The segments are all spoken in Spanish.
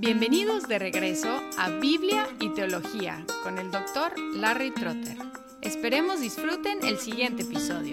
Bienvenidos de regreso a Biblia y Teología con el Dr. Larry Trotter. Esperemos disfruten el siguiente episodio.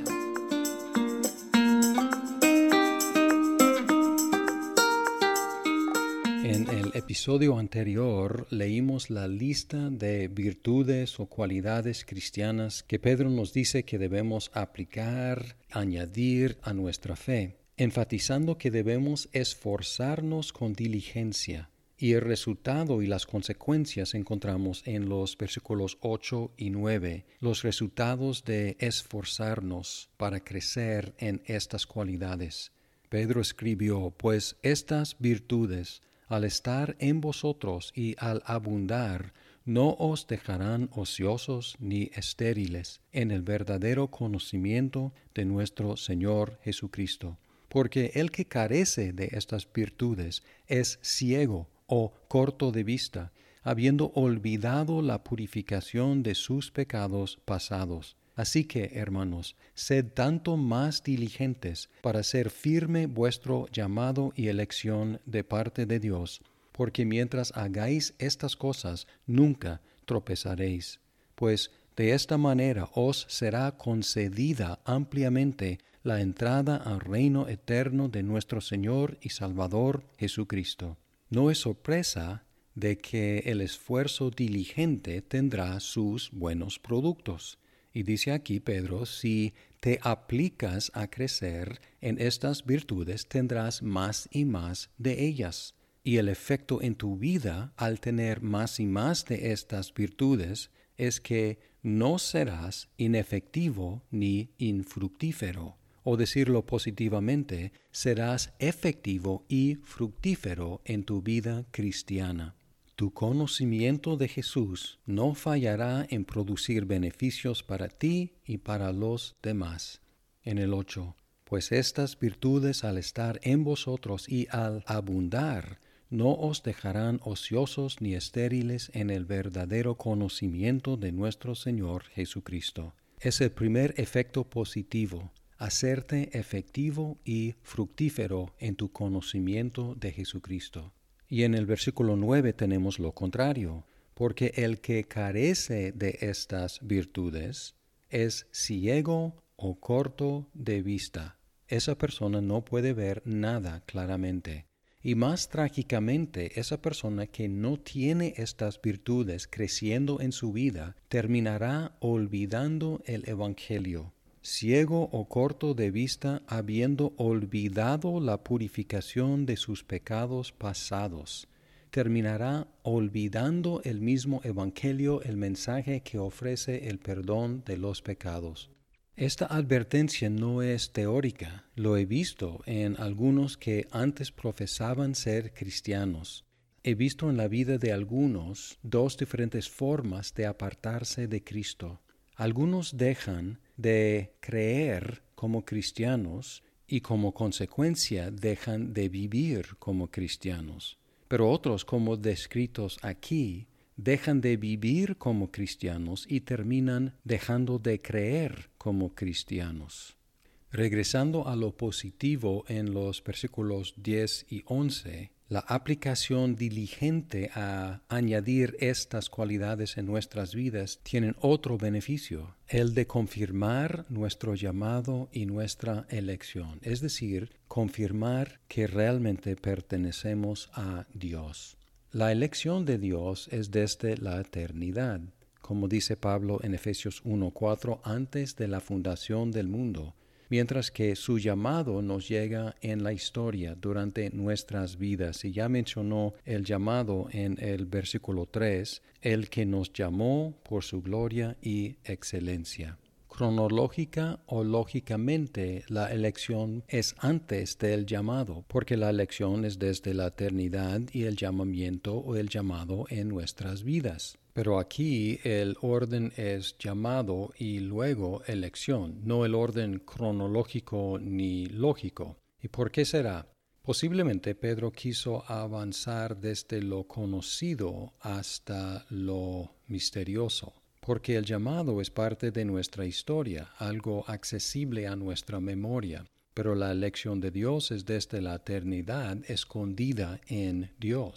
En el episodio anterior leímos la lista de virtudes o cualidades cristianas que Pedro nos dice que debemos aplicar, añadir a nuestra fe, enfatizando que debemos esforzarnos con diligencia. Y el resultado y las consecuencias encontramos en los versículos 8 y 9, los resultados de esforzarnos para crecer en estas cualidades. Pedro escribió, pues estas virtudes, al estar en vosotros y al abundar, no os dejarán ociosos ni estériles en el verdadero conocimiento de nuestro Señor Jesucristo. Porque el que carece de estas virtudes es ciego o corto de vista, habiendo olvidado la purificación de sus pecados pasados. Así que, hermanos, sed tanto más diligentes para hacer firme vuestro llamado y elección de parte de Dios, porque mientras hagáis estas cosas, nunca tropezaréis. Pues de esta manera os será concedida ampliamente la entrada al reino eterno de nuestro Señor y Salvador Jesucristo. No es sorpresa de que el esfuerzo diligente tendrá sus buenos productos. Y dice aquí Pedro, si te aplicas a crecer en estas virtudes, tendrás más y más de ellas. Y el efecto en tu vida, al tener más y más de estas virtudes, es que no serás inefectivo ni infructífero. O decirlo positivamente, serás efectivo y fructífero en tu vida cristiana. Tu conocimiento de Jesús no fallará en producir beneficios para ti y para los demás. En el 8, pues estas virtudes al estar en vosotros y al abundar, no os dejarán ociosos ni estériles en el verdadero conocimiento de nuestro Señor Jesucristo. Es el primer efecto positivo, hacerte efectivo y fructífero en tu conocimiento de Jesucristo. Y en el versículo 9 tenemos lo contrario, porque el que carece de estas virtudes es ciego o corto de vista. Esa persona no puede ver nada claramente. Y más trágicamente, esa persona que no tiene estas virtudes creciendo en su vida, terminará olvidando el Evangelio. Ciego o corto de vista, habiendo olvidado la purificación de sus pecados pasados, terminará olvidando el mismo Evangelio, el mensaje que ofrece el perdón de los pecados. Esta advertencia no es teórica, lo he visto en algunos que antes profesaban ser cristianos. He visto en la vida de algunos dos diferentes formas de apartarse de Cristo. Algunos dejan de creer como cristianos y como consecuencia dejan de vivir como cristianos. Pero otros, como descritos aquí, dejan de vivir como cristianos y terminan dejando de creer como cristianos. Regresando a lo positivo en los versículos 10 y 11, la aplicación diligente a añadir estas cualidades en nuestras vidas tienen otro beneficio, el de confirmar nuestro llamado y nuestra elección, es decir, confirmar que realmente pertenecemos a Dios. La elección de Dios es desde la eternidad, como dice Pablo en Efesios 1:4, antes de la fundación del mundo, mientras que su llamado nos llega en la historia durante nuestras vidas. Y ya mencionó el llamado en el versículo 3, el que nos llamó por su gloria y excelencia. Cronológica o lógicamente, la elección es antes del llamado, porque la elección es desde la eternidad y el llamamiento o el llamado en nuestras vidas. Pero aquí el orden es llamado y luego elección, no el orden cronológico ni lógico. ¿Y por qué será? Posiblemente Pedro quiso avanzar desde lo conocido hasta lo misterioso, porque el llamado es parte de nuestra historia, algo accesible a nuestra memoria. Pero la elección de Dios es desde la eternidad escondida en Dios.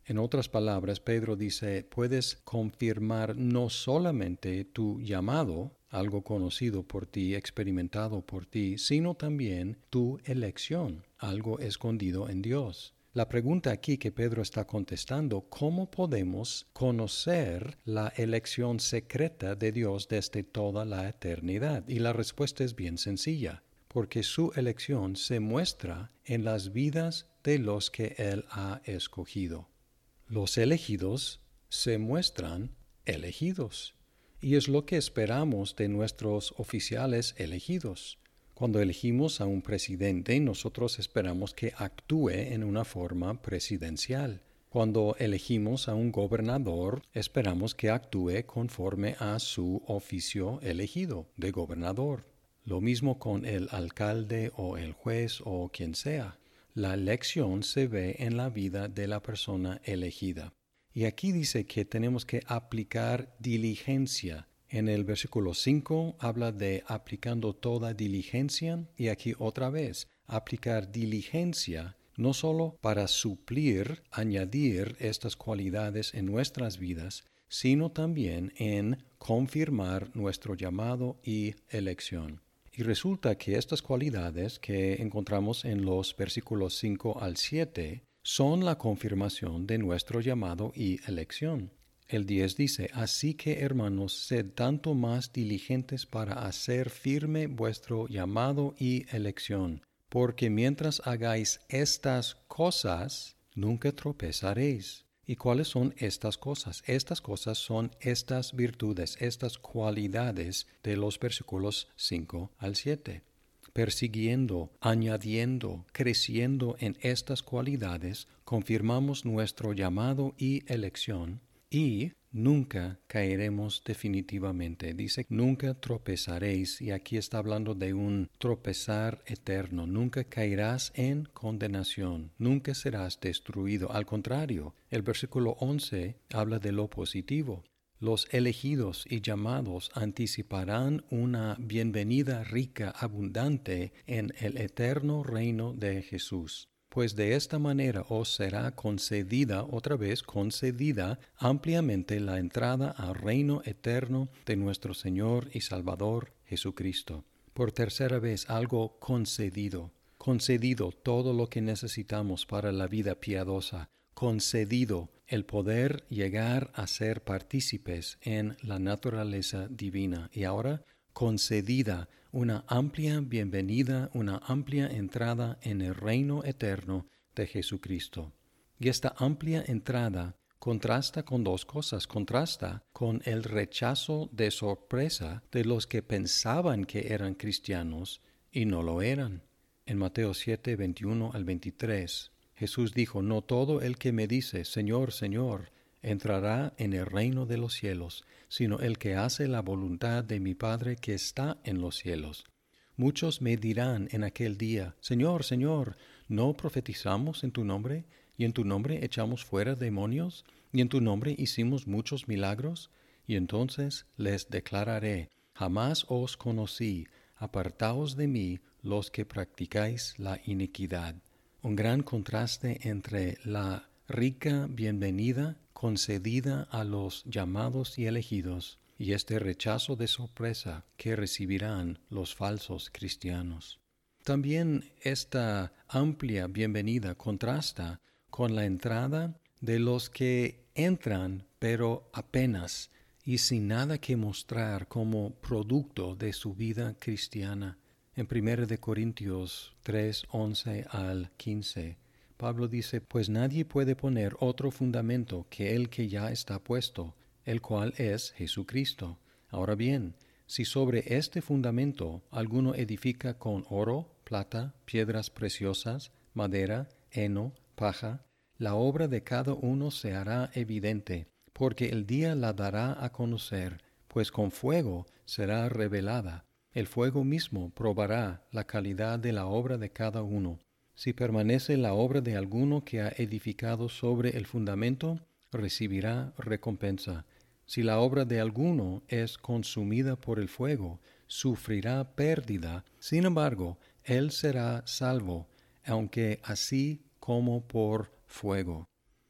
En otras palabras, Pedro dice, puedes confirmar no solamente tu llamado, algo conocido por ti, experimentado por ti, sino también tu elección, algo escondido en Dios. La pregunta aquí que Pedro está contestando, ¿cómo podemos conocer la elección secreta de Dios desde toda la eternidad? Y la respuesta es bien sencilla, porque su elección se muestra en las vidas de los que Él ha escogido. Los elegidos se muestran elegidos, y es lo que esperamos de nuestros oficiales elegidos. Cuando elegimos a un presidente, nosotros esperamos que actúe en una forma presidencial. Cuando elegimos a un gobernador, esperamos que actúe conforme a su oficio elegido de gobernador. Lo mismo con el alcalde o el juez o quien sea. La elección se ve en la vida de la persona elegida. Y aquí dice que tenemos que aplicar diligencia. En el versículo 5 habla de aplicando toda diligencia y aquí otra vez, aplicar diligencia no solo para suplir, añadir estas cualidades en nuestras vidas, sino también en confirmar nuestro llamado y elección. Y resulta que estas cualidades que encontramos en los versículos 5 al 7 son la confirmación de nuestro llamado y elección. El 10 dice, así que hermanos, sed tanto más diligentes para hacer firme vuestro llamado y elección, porque mientras hagáis estas cosas, nunca tropezaréis. ¿Y cuáles son estas cosas? Estas cosas son estas virtudes, estas cualidades de los versículos 5 al 7. Persiguiendo, añadiendo, creciendo en estas cualidades, confirmamos nuestro llamado y elección y nunca caeremos definitivamente. Dice, nunca tropezaréis, y aquí está hablando de un tropezar eterno. Nunca caerás en condenación, nunca serás destruido. Al contrario, el versículo 11 habla de lo positivo. Los elegidos y llamados anticiparán una bienvenida rica, abundante en el eterno reino de Jesús. Pues de esta manera os será concedida, otra vez concedida, ampliamente la entrada al reino eterno de nuestro Señor y Salvador Jesucristo. Por tercera vez, algo concedido. Concedido todo lo que necesitamos para la vida piadosa. Concedido el poder llegar a ser partícipes en la naturaleza divina. Y ahora, concedida una amplia bienvenida, una amplia entrada en el reino eterno de Jesucristo. Y esta amplia entrada contrasta con dos cosas. Contrasta con el rechazo de sorpresa de los que pensaban que eran cristianos y no lo eran. En Mateo 7, 21 al 23, Jesús dijo, no todo el que me dice, Señor, Señor, entrará en el reino de los cielos, sino el que hace la voluntad de mi Padre que está en los cielos. Muchos me dirán en aquel día, Señor, Señor, ¿no profetizamos en tu nombre? ¿Y en tu nombre echamos fuera demonios? ¿Y en tu nombre hicimos muchos milagros? Y entonces les declararé, jamás os conocí, apartaos de mí los que practicáis la iniquidad. Un gran contraste entre la rica bienvenida concedida a los llamados y elegidos, y este rechazo de sorpresa que recibirán los falsos cristianos. También esta amplia bienvenida contrasta con la entrada de los que entran, pero apenas, y sin nada que mostrar como producto de su vida cristiana. En 1 Corintios 3, 11 al 15, Pablo dice, pues nadie puede poner otro fundamento que el que ya está puesto, el cual es Jesucristo. Ahora bien, si sobre este fundamento alguno edifica con oro, plata, piedras preciosas, madera, heno, paja, la obra de cada uno se hará evidente, porque el día la dará a conocer, pues con fuego será revelada. El fuego mismo probará la calidad de la obra de cada uno. Si permanece la obra de alguno que ha edificado sobre el fundamento, recibirá recompensa. Si la obra de alguno es consumida por el fuego, sufrirá pérdida. Sin embargo, él será salvo, aunque así como por fuego.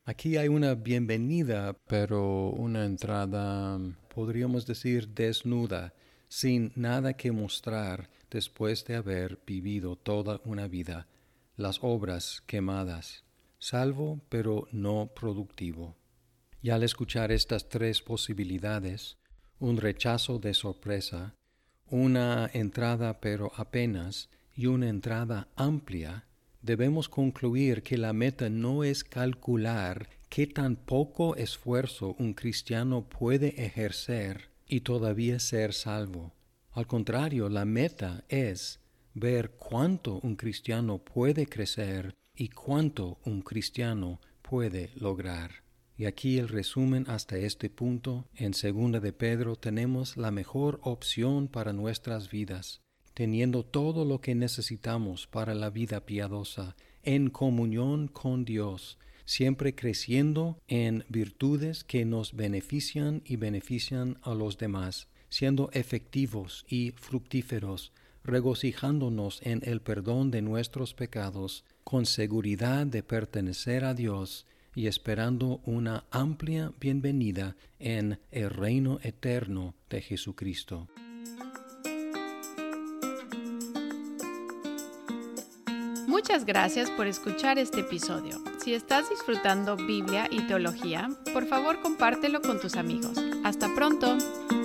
Aquí hay una bienvenida, pero una entrada, podríamos decir, desnuda, sin nada que mostrar después de haber vivido toda una vida, las obras quemadas, salvo pero no productivo. Y al escuchar estas tres posibilidades, un rechazo de sorpresa, una entrada pero apenas y una entrada amplia, debemos concluir que la meta no es calcular qué tan poco esfuerzo un cristiano puede ejercer y todavía ser salvo. Al contrario, la meta es ver cuánto un cristiano puede crecer y cuánto un cristiano puede lograr. Y aquí el resumen hasta este punto. En 2 de Pedro tenemos la mejor opción para nuestras vidas, teniendo todo lo que necesitamos para la vida piadosa, en comunión con Dios, siempre creciendo en virtudes que nos benefician y benefician a los demás, siendo efectivos y fructíferos, regocijándonos en el perdón de nuestros pecados, con seguridad de pertenecer a Dios y esperando una amplia bienvenida en el reino eterno de Jesucristo. Muchas gracias por escuchar este episodio. Si estás disfrutando Biblia y teología, por favor compártelo con tus amigos. ¡Hasta pronto!